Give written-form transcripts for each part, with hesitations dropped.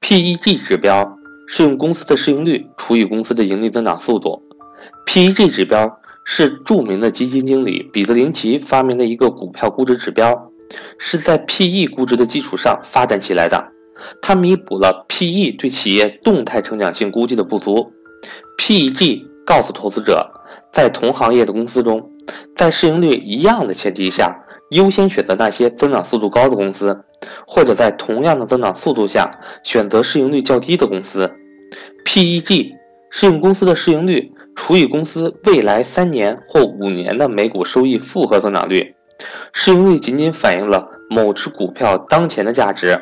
PEG 指标是用公司的市盈率除以公司的盈利增长速度。PEG 指标是著名的基金经理彼得林奇发明的一个股票估值指标，是在 PE 估值的基础上发展起来的。它弥补了 PE 对企业动态成长性估计的不足。PEG 告诉投资者，在同行业的公司中，在市盈率一样的前提下，优先选择那些增长速度高的公司，或者在同样的增长速度下选择市盈率较低的公司。PEG 是用公司的市盈率除以公司未来3年或5年的每股收益复合增长率。市盈率仅仅反映了某只股票当前的价值，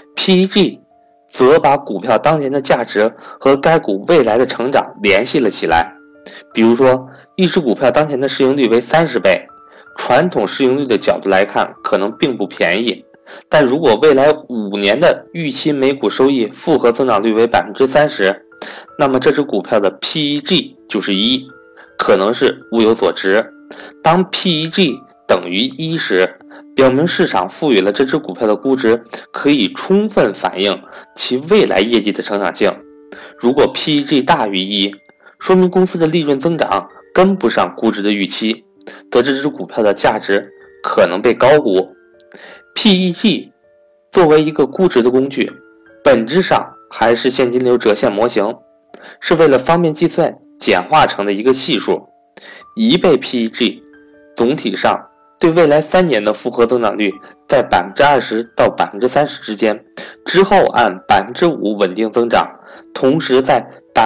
PEG 则把股票当前的价值和该股未来的成长联系了起来。比如说，一只股票当前的市盈率为30倍，传统市盈率的角度来看可能并不便宜，但如果未来5年的预期每股收益复合增长率为 30%， 那么这只股票的 PEG 就是1，可能是物有所值。当 PEG 等于1时，表明市场赋予了这只股票的估值可以充分反映其未来业绩的成长性。如果 PEG 大于1，说明公司的利润增长跟不上估值的预期，则这只股票的价值可能被高估。PEG 作为一个估值的工具，本质上还是现金流折现模型，是为了方便计算简化成的一个系数。1倍 PEG 总体上对未来3年的复合增长率在 20% 到 30% 之间，之后按 5% 稳定增长，同时在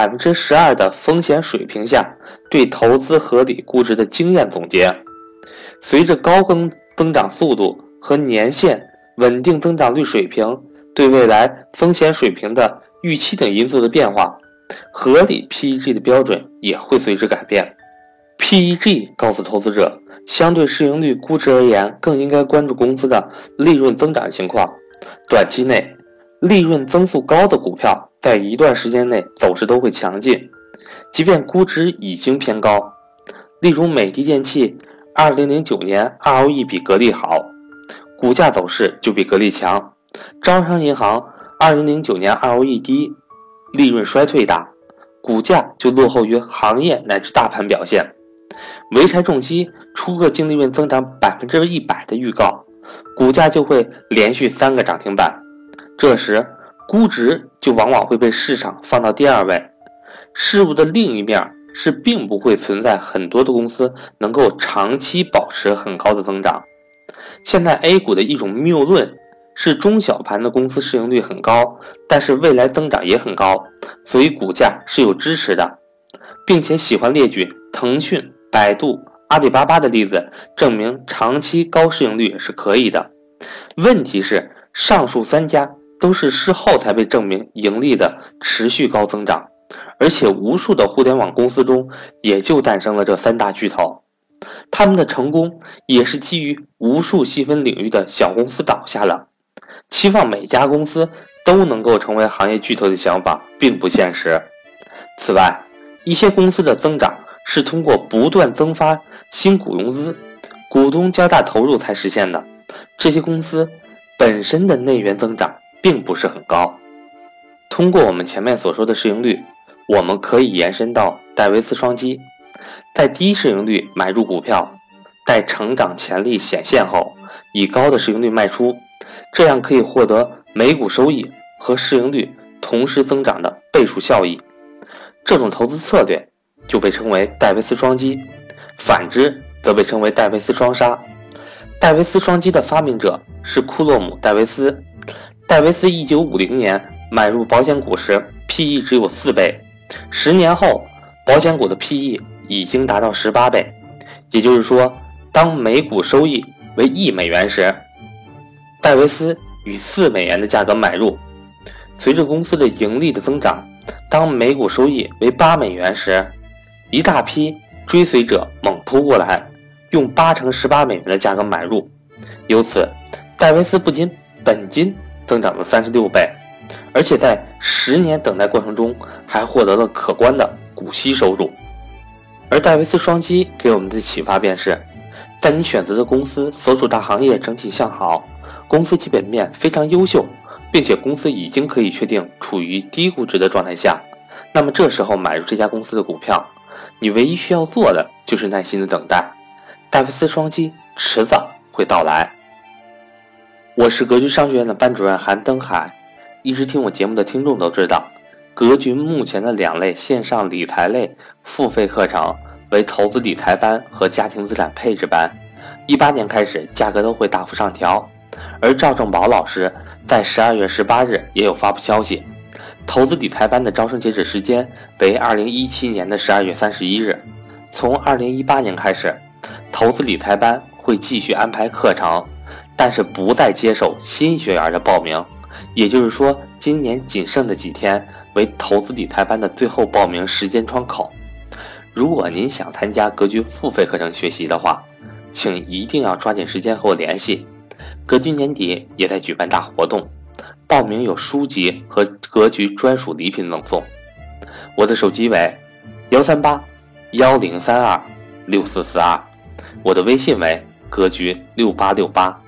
12% 的风险水平下对投资合理估值的经验总结。随着高增长速度和年限稳定增长率水平对未来风险水平的预期等因素的变化，合理 PEG 的标准也会随之改变。PEG 告诉投资者，相对市盈率估值而言，更应该关注公司的利润增长情况。短期内，利润增速高的股票在一段时间内走势都会强劲，即便估值已经偏高。例如美的电器2009年 ROE 比格力好，股价走势就比格力强。招商银行2009年 ROE 低，利润衰退大，股价就落后于行业乃至大盘表现。潍柴重机出个净利润增长 100% 的预告，股价就会连续3个涨停板，这时估值就往往会被市场放到第2位。事物的另一面是并不会存在很多的公司能够长期保持很高的增长。现在 A 股的一种谬论是中小盘的公司市盈率很高，但是未来增长也很高，所以股价是有支持的，并且喜欢列举腾讯、百度、阿里巴巴的例子，证明长期高市盈率是可以的。问题是，上述3家都是事后才被证明盈利的持续高增长，而且无数的互联网公司中也就诞生了这3大巨头。他们的成功也是基于无数细分领域的小公司倒下了，期望每家公司都能够成为行业巨头的想法并不现实。此外，一些公司的增长是通过不断增发新股融资，股东加大投入才实现的，这些公司本身的内源增长并不是很高。通过我们前面所说的市盈率，我们可以延伸到戴维斯双击，在低市盈率买入股票，待成长潜力显现后，以高的市盈率卖出，这样可以获得每股收益和市盈率同时增长的倍数效益。这种投资策略就被称为戴维斯双击，反之则被称为戴维斯双杀。戴维斯双击的发明者是库洛姆·戴维斯。戴维斯1950年买入保险股时 PE 只有4倍，10年后保险股的 PE 已经达到18倍，也就是说，当每股收益为1美元时，戴维斯以4美元的价格买入。随着公司的盈利的增长，当每股收益为8美元时，一大批追随者猛扑过来，用8乘18美元的价格买入。由此，戴维斯不仅本金增长了36倍，而且在10年等待过程中还获得了可观的股息收入。而戴维斯双击给我们的启发便是，在你选择的公司所处大行业整体向好，公司基本面非常优秀， 并且公司已经可以确定处于低估值的状态下，那么这时候买入这家公司的股票，你唯一需要做的就是耐心的等待，戴维斯双击迟早会到来。我是格局商学院的班主任韩登海，一直听我节目的听众都知道，格局目前的2类线上理财类付费课程为投资理财班和家庭资产配置班，18年开始价格都会大幅上调，而赵正宝老师在12月18日也有发布消息，投资理财班的招生截止时间为2017年的12月31日。从2018年开始，投资理财班会继续安排课程，但是不再接受新学员的报名，也就是说，今年仅剩的几天为投资理财班的最后报名时间窗口。如果您想参加格局付费课程学习的话，请一定要抓紧时间和我联系。格局年底也在举办大活动，报名有书籍和格局专属礼品赠送。我的手机为138-1032-6442，我的微信为格局6868。